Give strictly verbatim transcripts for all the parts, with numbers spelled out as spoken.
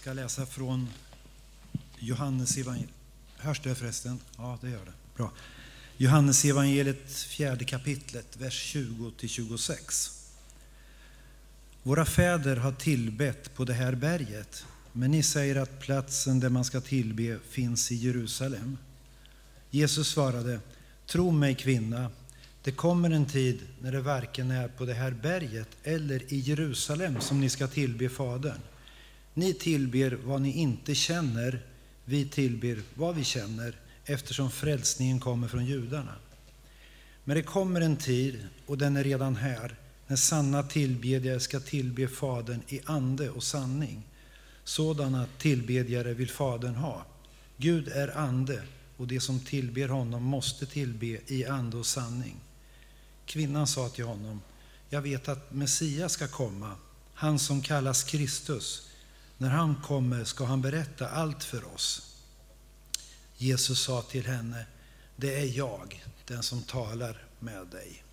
ska läsa från Johannes evangeliet. Hörs det förresten? Ja, det gör det. Bra. Johannes evangeliet, fjärde kapitlet, vers tjugo till tjugosex. Våra fäder har tillbett på det här berget, men ni säger att platsen där man ska tillbe finns i Jerusalem. Jesus svarade: tro mig, kvinna, det kommer en tid när det varken är på det här berget eller i Jerusalem som ni ska tillbe Fadern. Ni tillber vad ni inte känner, vi tillber vad vi känner, eftersom frälsningen kommer från judarna. Men det kommer en tid, och den är redan här, när sanna tillbedjare ska tillbe Fadern i ande och sanning. Sådana tillbedjare vill Fadern ha. Gud är ande, och de som tillber honom måste tillbe i ande och sanning. Kvinnan sa till honom: jag vet att Messias ska komma, han som kallas Kristus. När han kommer ska han berätta allt för oss. Jesus sa till henne: det är jag, den som talar med dig.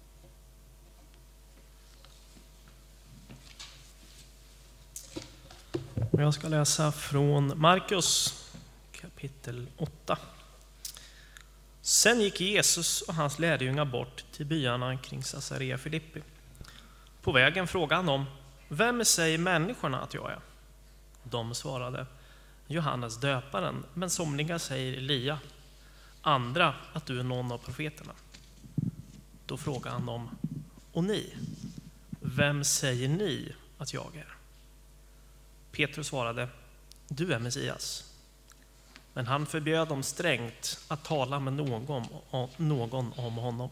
Jag ska läsa från Markus kapitel åtta. Sen gick Jesus och hans lärjungar bort till byarna kring Caesarea Filippi. På vägen frågade han dem: vem säger människorna att jag är? De svarade: Johannes döparen, men somliga säger Elia, andra att du är någon av profeterna. Då frågade han dem: och ni, vem säger ni att jag är? Petrus svarade: du är Messias. Men han förbjöd dem strängt att tala med någon, någon om honom.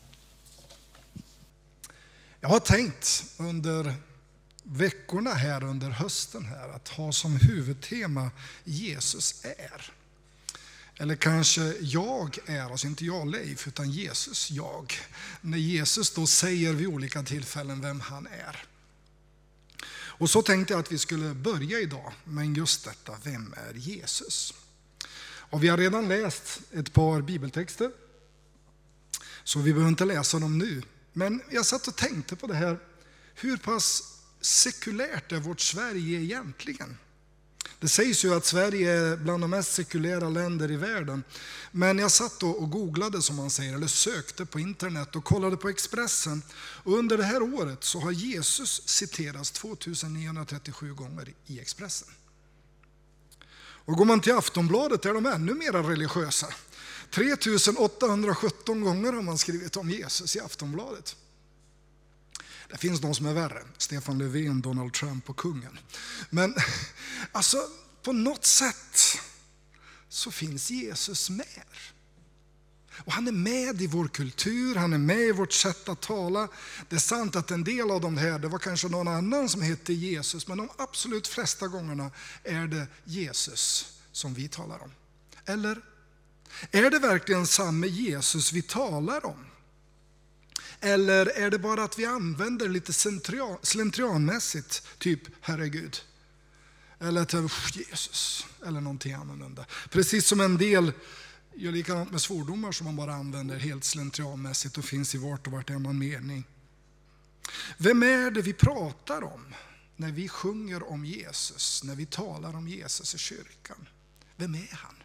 Jag har tänkt under veckorna här, under hösten här, att ha som huvudtema Jesus är. Eller kanske jag är, alltså inte jag Leif, utan Jesus jag. När Jesus då säger vid olika tillfällen vem han är. Och så tänkte jag att vi skulle börja idag med just detta, vem är Jesus? Och vi har redan läst ett par bibeltexter, så vi behöver inte läsa dem nu. Men jag satt och tänkte på det här, hur pass sekulärt är vårt Sverige egentligen? Det sägs ju att Sverige är bland de mest sekulära länder i världen. Men jag satt och googlade, som man säger, eller sökte på internet och kollade på Expressen. Och under det här året så har Jesus citerats tvåtusen-niohundratrettiosju gånger i Expressen. Och går man till Aftonbladet är de ännu mer religiösa. tretusen-åttahundrasjutton gånger har man skrivit om Jesus i Aftonbladet. Det finns de som är värre. Stefan Löfven, Donald Trump och kungen. Men alltså på något sätt så finns Jesus med. Och han är med i vår kultur, han är med i vårt sätt att tala. Det är sant att en del av de här, det var kanske någon annan som hette Jesus. Men de absolut flesta gångerna är det Jesus som vi talar om. Eller är det verkligen samma Jesus vi talar om? Eller är det bara att vi använder lite slentrianmässigt, typ herregud, eller till Jesus, eller någonting annorlunda. Precis som en del gör likadant med svordomar som man bara använder helt slentrianmässigt och finns i vart och vartannat mening. Vem är det vi pratar om när vi sjunger om Jesus, när vi talar om Jesus i kyrkan? Vem är han?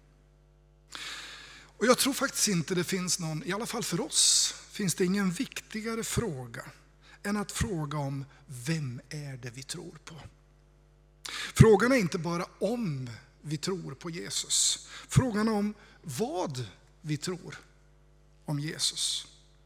Och jag tror faktiskt inte det finns någon, i alla fall för oss, finns det ingen viktigare fråga än att fråga om vem är det vi tror på. Frågan är inte bara om vi tror på Jesus. Frågan är om vad vi tror om Jesus.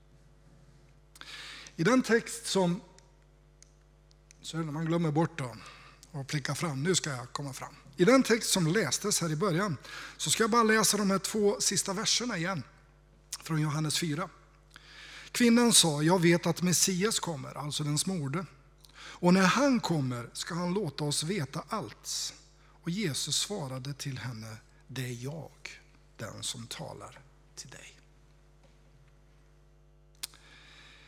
I den text som, så är det när man glömmer bort då och plicka fram, nu ska jag komma fram. I den text som lästes här i början så ska jag bara läsa de här två sista verserna igen från Johannes fyra. Kvinnan sa: jag vet att Messias kommer, alltså den smorde. Och när han kommer ska han låta oss veta allt. Och Jesus svarade till henne: det är jag, den som talar till dig.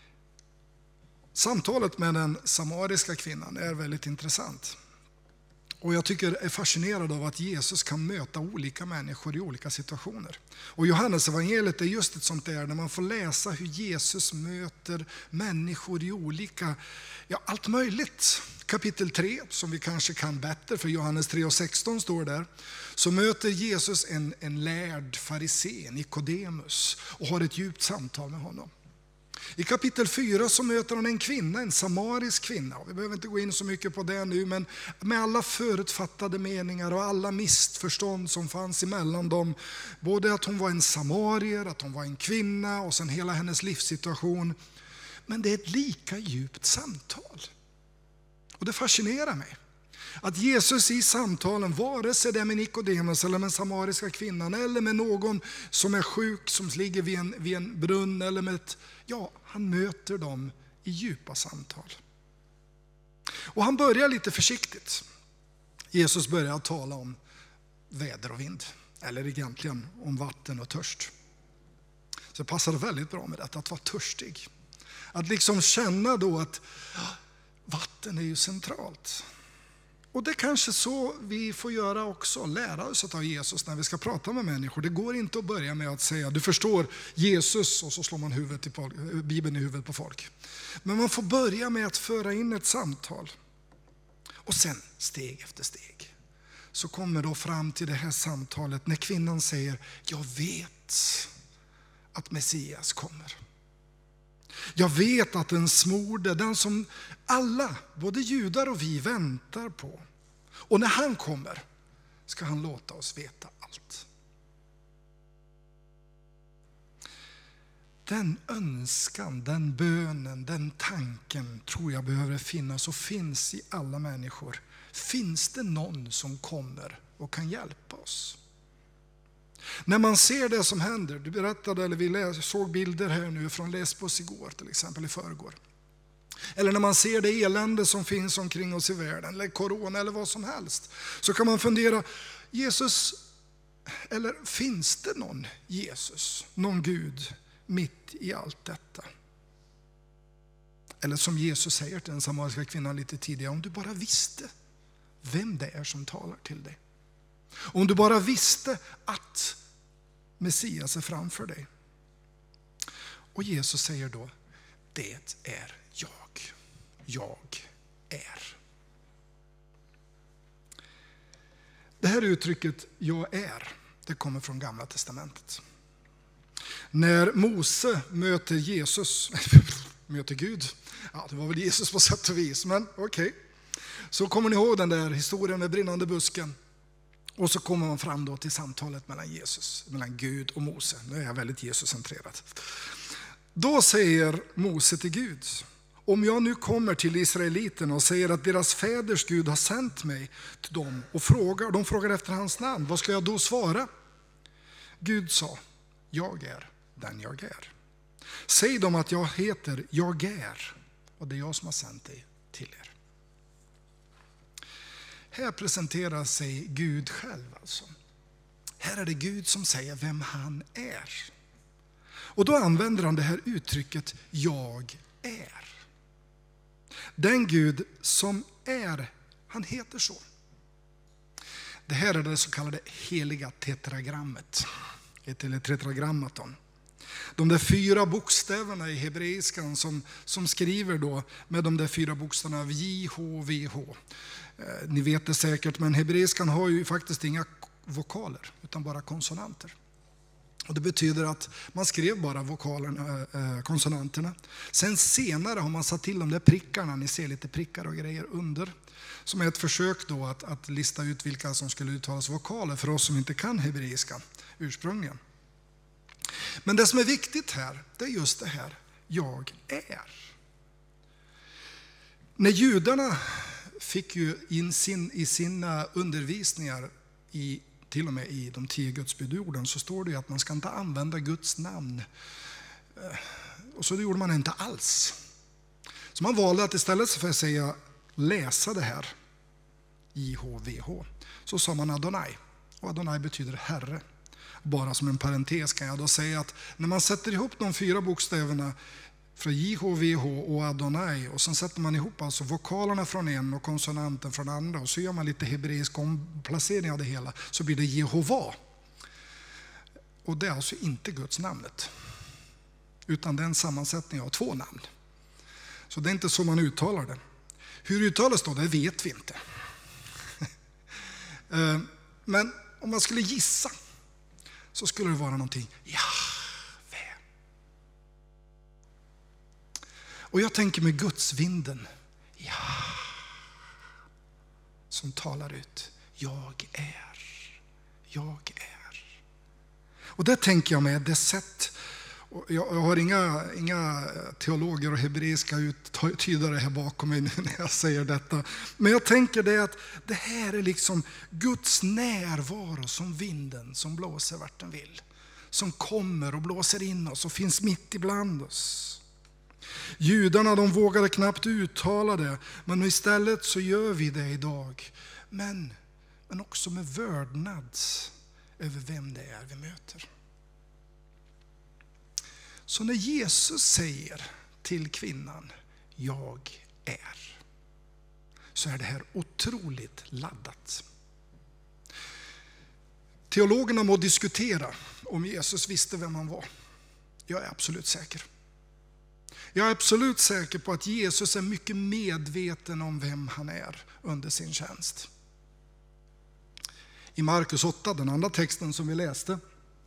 Samtalet med den samariska kvinnan är väldigt intressant. Och jag tycker är fascinerad av att Jesus kan möta olika människor i olika situationer. Och Johannes evangeliet är just ett sånt där, där man får läsa hur Jesus möter människor i olika, ja allt möjligt. Kapitel tre, som vi kanske kan bättre, för Johannes tre och sexton står där, så möter Jesus en, en lärd farisé, Nikodemus, och har ett djupt samtal med honom. I kapitel fyra så möter han en kvinna, en samarisk kvinna. Vi behöver inte gå in så mycket på det nu, men med alla förutfattade meningar och alla missförstånd som fanns emellan dem. Både att hon var en samarier, att hon var en kvinna och sen hela hennes livssituation. Men det är ett lika djupt samtal. Och det fascinerar mig. Att Jesus i samtalen, vare sig det är med Nikodemus eller med den samariska kvinnan eller med någon som är sjuk som ligger vid en, vid en brunn eller med ett, ja, han möter dem i djupa samtal. Och han börjar lite försiktigt. Jesus börjar tala om väder och vind, eller egentligen om vatten och törst. Så det passar väldigt bra med detta, att vara törstig. Att liksom känna då att vatten är ju centralt. Och det är kanske så vi får göra också, lära oss av Jesus när vi ska prata med människor. Det går inte att börja med att säga, du förstår Jesus, och så slår man huvudet i Bibeln i huvudet på folk. Men man får börja med att föra in ett samtal. Och sen steg efter steg så kommer då fram till det här samtalet när kvinnan säger, jag vet att Messias kommer. Jag vet att den smorde, den som alla, både judar och vi, väntar på. Och när han kommer ska han låta oss veta allt. Den önskan, den bönen, den tanken tror jag behöver finnas och finns i alla människor. Finns det någon som kommer och kan hjälpa oss? När man ser det som händer, du berättade, eller vi läs, såg bilder här nu från Lesbos igår, till exempel i förrgår. Eller när man ser det elände som finns omkring oss i världen, eller corona eller vad som helst, så kan man fundera, Jesus, eller finns det någon Jesus, någon Gud mitt i allt detta? Eller som Jesus säger till den samariska kvinnan lite tidigare, om du bara visste vem det är som talar till dig. Om du bara visste att Messias är framför dig. Och Jesus säger då, det är jag. Jag är. Det här uttrycket, jag är, det kommer från Gamla testamentet. När Mose möter Jesus, möter Gud, ja det var väl Jesus på sätt och vis, men okej. Okay. Så kommer ni ihåg den där historien med brinnande busken. Och så kommer man fram då till samtalet mellan Jesus, mellan Gud och Mose. Nu är jag väldigt Jesus-centrerad. Då säger Mose till Gud, om jag nu kommer till israeliterna och säger att deras fäders Gud har sänt mig till dem och frågar, de frågar efter hans namn, vad ska jag då svara? Gud sa, jag är den jag är. Säg dem att jag heter jag är och det är jag som har sänt dig till er. Här presenterar sig Gud själv alltså. Här är det Gud som säger vem han är. Och då använder han det här uttrycket jag är. Den Gud som är, han heter så. Det här är det så kallade heliga tetragrammet. Eller tetragrammaton. De där fyra bokstäverna i hebreiskan som, som skriver då med de där fyra bokstäverna av J H V H. Eh, ni vet det säkert, men hebreiskan har ju faktiskt inga vokaler utan bara konsonanter. Och det betyder att man skrev bara vokalerna, eh, konsonanterna. Sen senare har man satt till de där prickarna, ni ser lite prickar och grejer under. Som är ett försök då att, att lista ut vilka som skulle uttalas vokaler för oss som inte kan hebreiska ursprungligen. Men det som är viktigt här, det är just det här, jag är. När judarna fick ju in sin, i sina undervisningar, i, till och med i de tio Gudsbudorden, så står det ju att man ska inte använda Guds namn. Och så det gjorde man inte alls. Så man valde att istället för att säga, läsa det här, J H V H, så sa man Adonai. Och Adonai betyder Herre. Bara som en parentes kan jag då säga att när man sätter ihop de fyra bokstäverna För J H V H och Adonai, och sen sätter man ihop alltså vokalerna från en och konsonanten från andra, och så gör man lite hebreisk omplacering av det hela, så blir det Jehova. Och det är alltså inte Guds namnet, utan det är en sammansättning av två namn. Så det är inte så man uttalar det. Hur uttalas då, det vet vi inte. Men om man skulle gissa så skulle det vara någonting Jahve. Och jag tänker med Gudsvinden, ja, som talar ut, jag är, jag är. Och det tänker jag med det sätt. Jag har inga, inga teologer och hebreiska uttydare här bakom mig när jag säger detta. Men jag tänker det att det här är liksom Guds närvaro som vinden som blåser vart den vill. Som kommer och blåser in oss och finns mitt ibland oss. Judarna, de vågade knappt uttala det, men istället så gör vi det idag. Men, men också med vördnad över vem det är vi möter. Så när Jesus säger till kvinnan, jag är, så är det här otroligt laddat. Teologerna må diskutera om Jesus visste vem han var. Jag är absolut säker. Jag är absolut säker på att Jesus är mycket medveten om vem han är under sin tjänst. I Markus åtta, den andra texten som vi läste,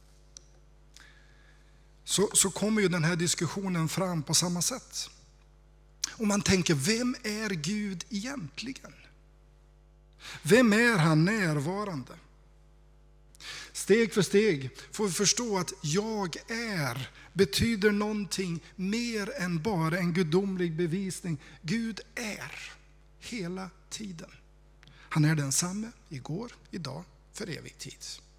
Så, så kommer ju den här diskussionen fram på samma sätt. Och man tänker, vem är Gud egentligen? Vem är han närvarande? Steg för steg får vi förstå att jag är betyder någonting mer än bara en gudomlig bevisning. Gud är hela tiden. Han är densamme igår, idag, för evig tid.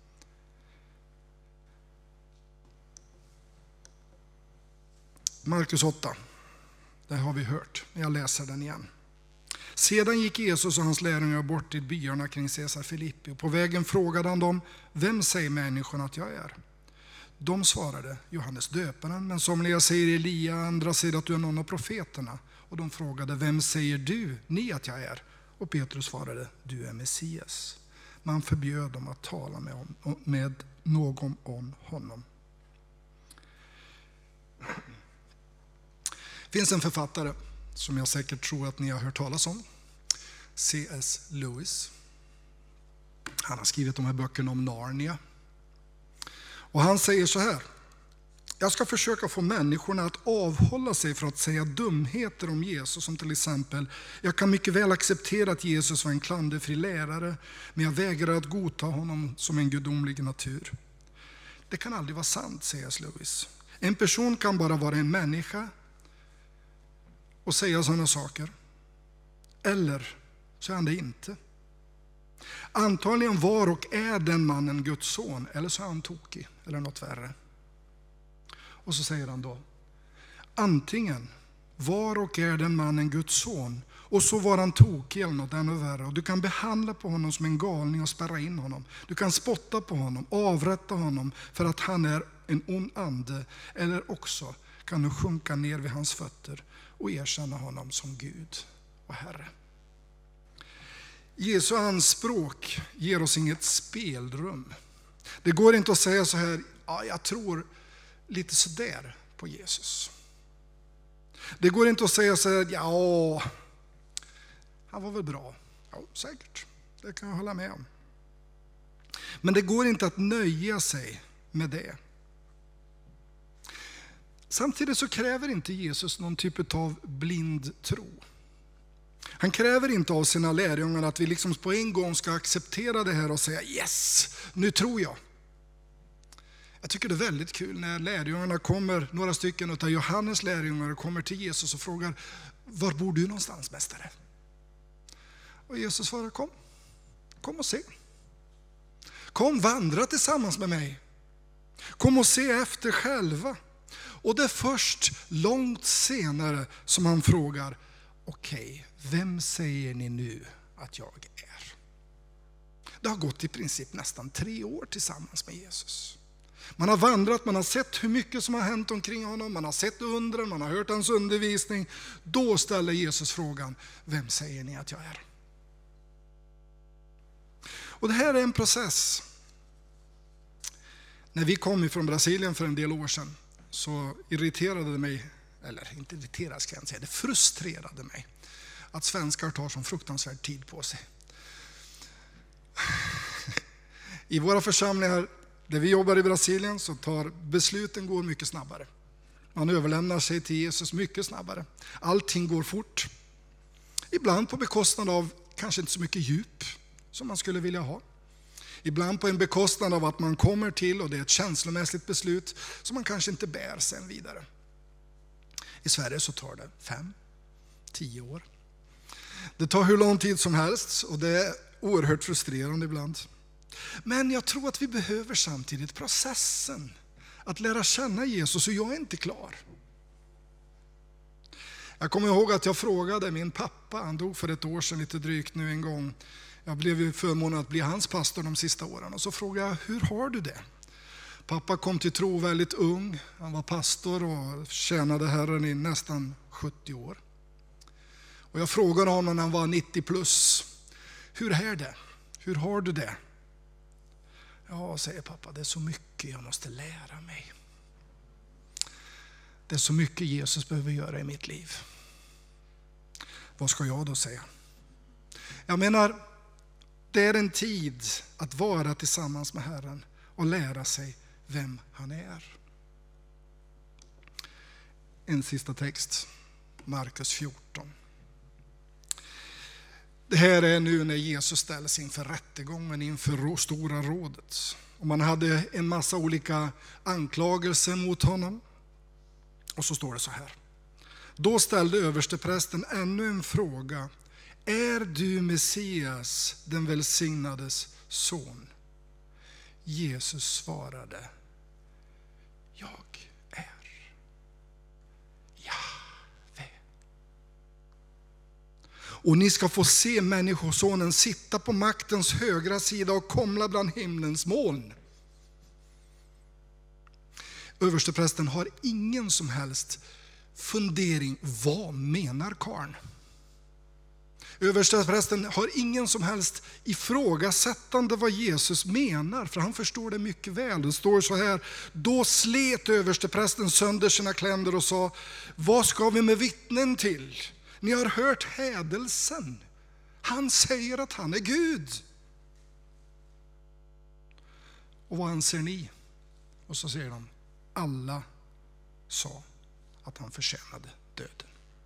Markus åtta, det har vi hört, men jag läser den igen. Sedan gick Jesus och hans lärjungar bort till byarna kring Caesar Filippi, och på vägen frågade han dem, vem säger människorna att jag är? De svarade, Johannes döparen, men somliga säger Elia, andra säger att du är någon av profeterna. Och de frågade, vem säger du, ni att jag är? Och Petrus svarade, du är Messias. Man förbjöd dem att tala med, om, med någon om honom. Det finns en författare som jag säkert tror att ni har hört talas om. C S Lewis. Han har skrivit de här böckerna om Narnia. Och han säger så här. Jag ska försöka få människorna att avhålla sig från att säga dumheter om Jesus, som till exempel, jag kan mycket väl acceptera att Jesus var en klanderfri lärare, men jag vägrar att godta honom som en gudomlig natur. Det kan aldrig vara sant, säger Lewis. En person kan bara vara en människa och säga sådana saker. Eller så är han det inte. Antagligen var och är den mannen Guds son, eller så är han tokig, eller något värre. Och så säger han då, antingen var och är den mannen Guds son, och så var han tokig eller något ännu värre. Och du kan behandla på honom som en galning och spärra in honom. Du kan spotta på honom, avrätta honom för att han är en ond ande. Eller också kan du sjunka ner vid hans fötter och erkänna honom som Gud och Herre. Jesu anspråk ger oss inget spelrum. Det går inte att säga så här, ja, jag tror lite sådär på Jesus. Det går inte att säga så här, ja, han var väl bra. Ja, säkert. Det kan jag hålla med om. Men det går inte att nöja sig med det. Samtidigt så kräver inte Jesus någon typ av blind tro. Han kräver inte av sina lärjungar att vi liksom på en gång ska acceptera det här och säga yes, nu tror jag. Jag tycker det är väldigt kul när lärjungarna kommer, några stycken av Johannes lärjungar kommer till Jesus och frågar, var bor du någonstans, mästare? Och Jesus svarar, kom, kom och se. Kom, vandra tillsammans med mig. Kom och se efter själva. Och det är först långt senare som han frågar, okej, vem säger ni nu att jag är? Det har gått i princip nästan tre år tillsammans med Jesus. Man har vandrat, man har sett hur mycket som har hänt omkring honom, man har sett undren, man har hört hans undervisning. Då ställer Jesus frågan, vem säger ni att jag är? Och det här är en process. När vi kom ifrån Brasilien för en del år sedan så irriterade det mig, eller inte irriterade ska jag inte säga, det frustrerade mig att svenskar tar sån fruktansvärd tid på sig. I våra församlingar där vi jobbar i Brasilien så tar besluten går mycket snabbare. Man överlämnar sig till Jesus mycket snabbare. Allting går fort. Ibland på bekostnad av kanske inte så mycket djup som man skulle vilja ha. Ibland på en bekostnad av att man kommer till och det är ett känslomässigt beslut som man kanske inte bär sen vidare. I Sverige så tar det fem, tio år. Det tar hur lång tid som helst och det är oerhört frustrerande ibland. Men jag tror att vi behöver samtidigt processen att lära känna Jesus, och jag är inte klar. Jag kommer ihåg att jag frågade min pappa, han dog för ett år sedan lite drygt nu en gång. Jag blev ju förmånen att bli hans pastor de sista åren, och så frågade jag, hur har du det? Pappa kom till tro väldigt ung, han var pastor och tjänade Herren i nästan sjuttio år. Och jag frågade honom när han var nittio plus, hur är det? Hur har du det? Ja, säger pappa, det är så mycket jag måste lära mig. Det är så mycket Jesus behöver göra i mitt liv. Vad ska jag då säga? Jag menar, det är en tid att vara tillsammans med Herren och lära sig vem han är. En sista text, Markus fjorton. Det här är nu när Jesus ställs inför rättegången, inför stora rådet. Och man hade en massa olika anklagelser mot honom. Och så står det så här. Då ställde översteprästen ännu en fråga. Är du Messias, den välsignades son? Jesus svarade. Jag är. Jahve. Och ni ska få se människosonen sitta på maktens högra sida och komla bland himlens moln. Översteprästen har ingen som helst fundering. Vad menar karln? Översteprästen har ingen som helst ifrågasättande vad Jesus menar, för han förstår det mycket väl. Det står så här, då slet översteprästen sönder sina kläder och sa, vad ska vi med vittnen till? Ni har hört hädelsen. Han säger att han är Gud. Och vad anser ni? Och så säger de, alla sa att han förtjänade döden.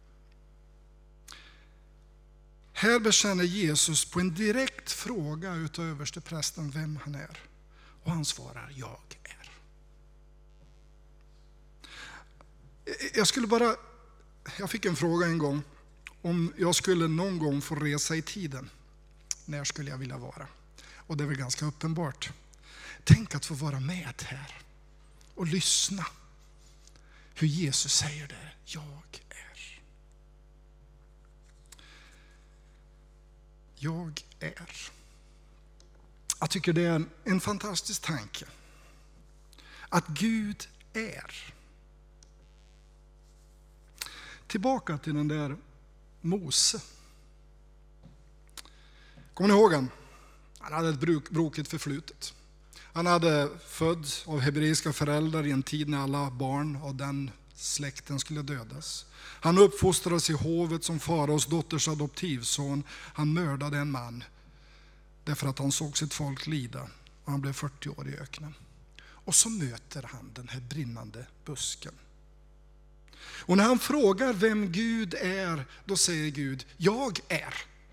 Här bekänner Jesus på en direkt fråga utav översteprästen vem han är. Och han svarar, jag är. Jag skulle bara, jag fick en fråga en gång. Om jag skulle någon gång få resa i tiden, när skulle jag vilja vara? Och det är väl ganska uppenbart. Tänk att få vara med här och lyssna hur Jesus säger det. Jag är. Jag är. Jag tycker det är en, en fantastisk tanke. Att Gud är. Tillbaka till den där Mose. Kommer ni ihåg han? Han hade ett bruk, brokigt förflutet. Han hade född av hebreiska föräldrar i en tid när alla barn av den släkten skulle dödas. Han uppfostrades i hovet som faraos dotters adoptivson. Han mördade en man därför att han såg sitt folk lida, och han blev fyrtio år i öknen. Och så möter han den här brinnande busken. Och när han frågar vem Gud är, då säger Gud, jag är.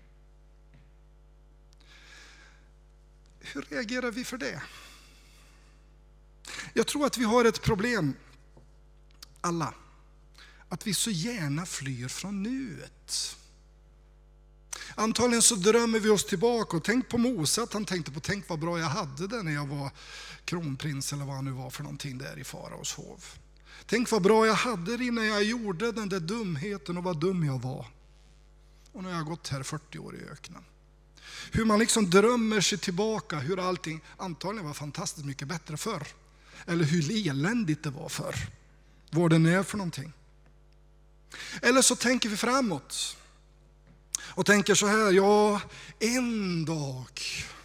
Hur reagerar vi för det? Jag tror att vi har ett problem, alla, att vi så gärna flyr från nuet. Antagligen så drömmer vi oss tillbaka, och tänk på Mose, att han tänkte på, tänk vad bra jag hade det när jag var kronprins eller vad han nu var för någonting där i faraos hov. Tänk vad bra jag hade det när jag gjorde den där dumheten, och vad dum jag var. Och nu har jag gått här fyrtio år i öknen. Hur man liksom drömmer sig tillbaka, hur allting antagligen var fantastiskt mycket bättre förr. Eller hur eländigt det var för. Vad den är för någonting. Eller så tänker vi framåt. Och tänker så här, ja, en dag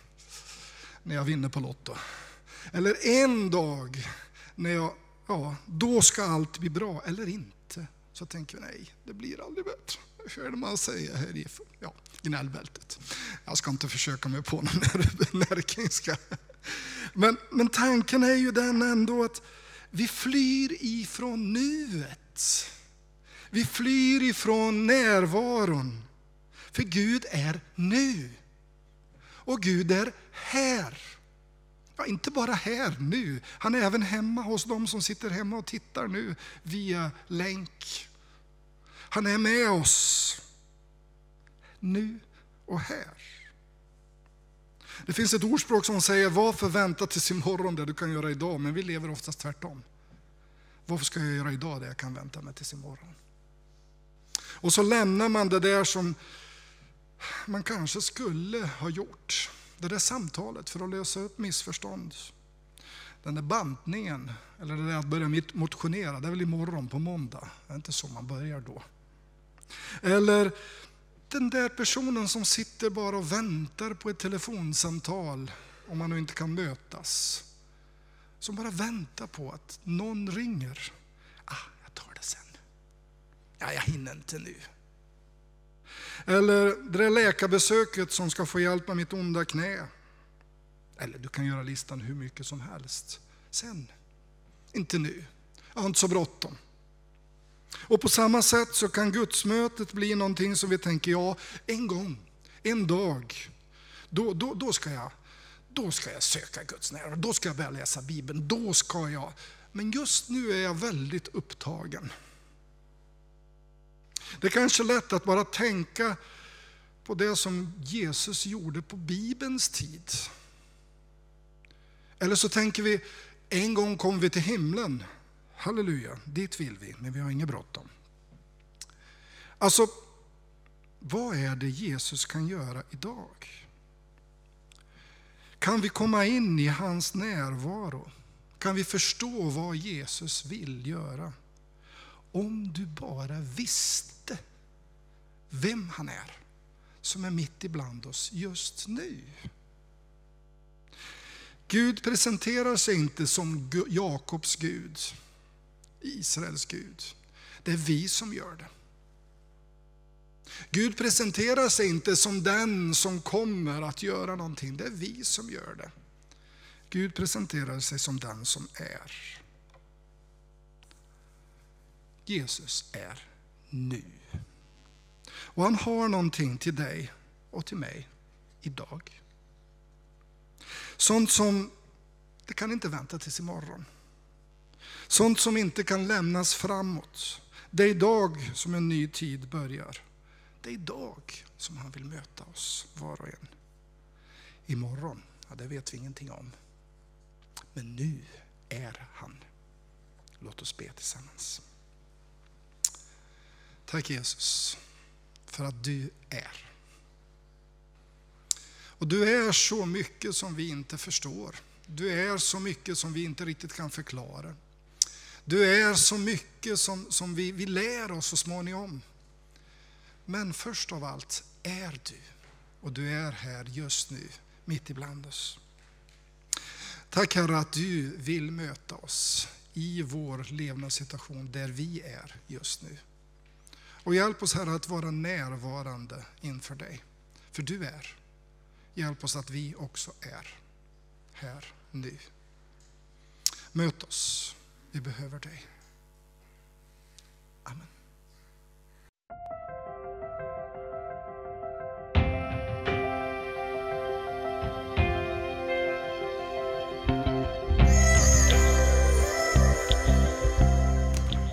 när jag vinner på Lotto. Eller en dag när jag, ja, då ska allt bli bra. Eller inte. Så tänker vi, nej, det blir aldrig bättre. Hur är det man säger här i ja, gnällbältet? Jag ska inte försöka mig på någon närkingska. Men, men tanken är ju den ändå att vi flyr ifrån nuet. Vi flyr ifrån närvaron. För Gud är nu. Och Gud är här. Ja, inte bara här nu. Han är även hemma hos dem som sitter hemma och tittar nu via länk. Han är med oss. Nu och här. Det finns ett ordspråk som säger, varför vänta tills imorgon det du kan göra idag? Men vi lever oftast tvärtom. Varför ska jag göra idag det jag kan vänta med tills imorgon? Och så lämnar man det där som man kanske skulle ha gjort. Det där samtalet för att lösa upp missförstånd. Den där bantningen, eller det där att börja motionera, det är väl imorgon på måndag. Det är inte så man börjar då. Eller den där personen som sitter bara och väntar på ett telefonsamtal om man nu inte kan mötas. Som bara väntar på att någon ringer. Ah, jag tar det sen. Ja, jag hinner inte nu. Eller det där läkarbesöket som ska få hjälp med mitt onda knä. Eller du kan göra listan hur mycket som helst. Sen. Inte nu. Jag har inte så bråttom. Och på samma sätt så kan gudsmötet bli någonting som vi tänker, ja, en gång, en dag, då, då, då, ska, jag, då ska jag söka Guds närvaro, då ska jag börja läsa Bibeln, då ska jag. Men just nu är jag väldigt upptagen. Det är kanske lätt att bara tänka på det som Jesus gjorde på Bibelns tid. Eller så tänker vi, en gång kommer vi till himlen. Halleluja, dit vill vi, men vi har inget bråttom. Alltså, vad är det Jesus kan göra idag? Kan vi komma in i hans närvaro? Kan vi förstå vad Jesus vill göra? Om du bara visste vem han är som är mitt ibland oss just nu. Gud presenterar sig inte som Jakobs Gud, Israels Gud. Det är vi som gör det. Gud presenterar sig inte som den som kommer att göra någonting. Det är vi som gör det. Gud presenterar sig som den som är. Jesus är nu. Och han har någonting till dig och till mig idag. Sånt som, det kan inte vänta tills imorgon. Sånt som inte kan lämnas framåt. Det är idag som en ny tid börjar. Det är idag som han vill möta oss var och en. Imorgon, ja, det vet vi ingenting om. Men nu är han. Låt oss be tillsammans. Tack Jesus för att du är. Och du är så mycket som vi inte förstår. Du är så mycket som vi inte riktigt kan förklara. Du är så mycket som, som vi, vi lär oss så småningom. Men först av allt är du. Och du är här just nu, mitt ibland oss. Tack Herre att du vill möta oss i vår levnadssituation där vi är just nu. Och hjälp oss Herre att vara närvarande inför dig. För du är. Hjälp oss att vi också är här nu. Möt oss. Vi behöver dig.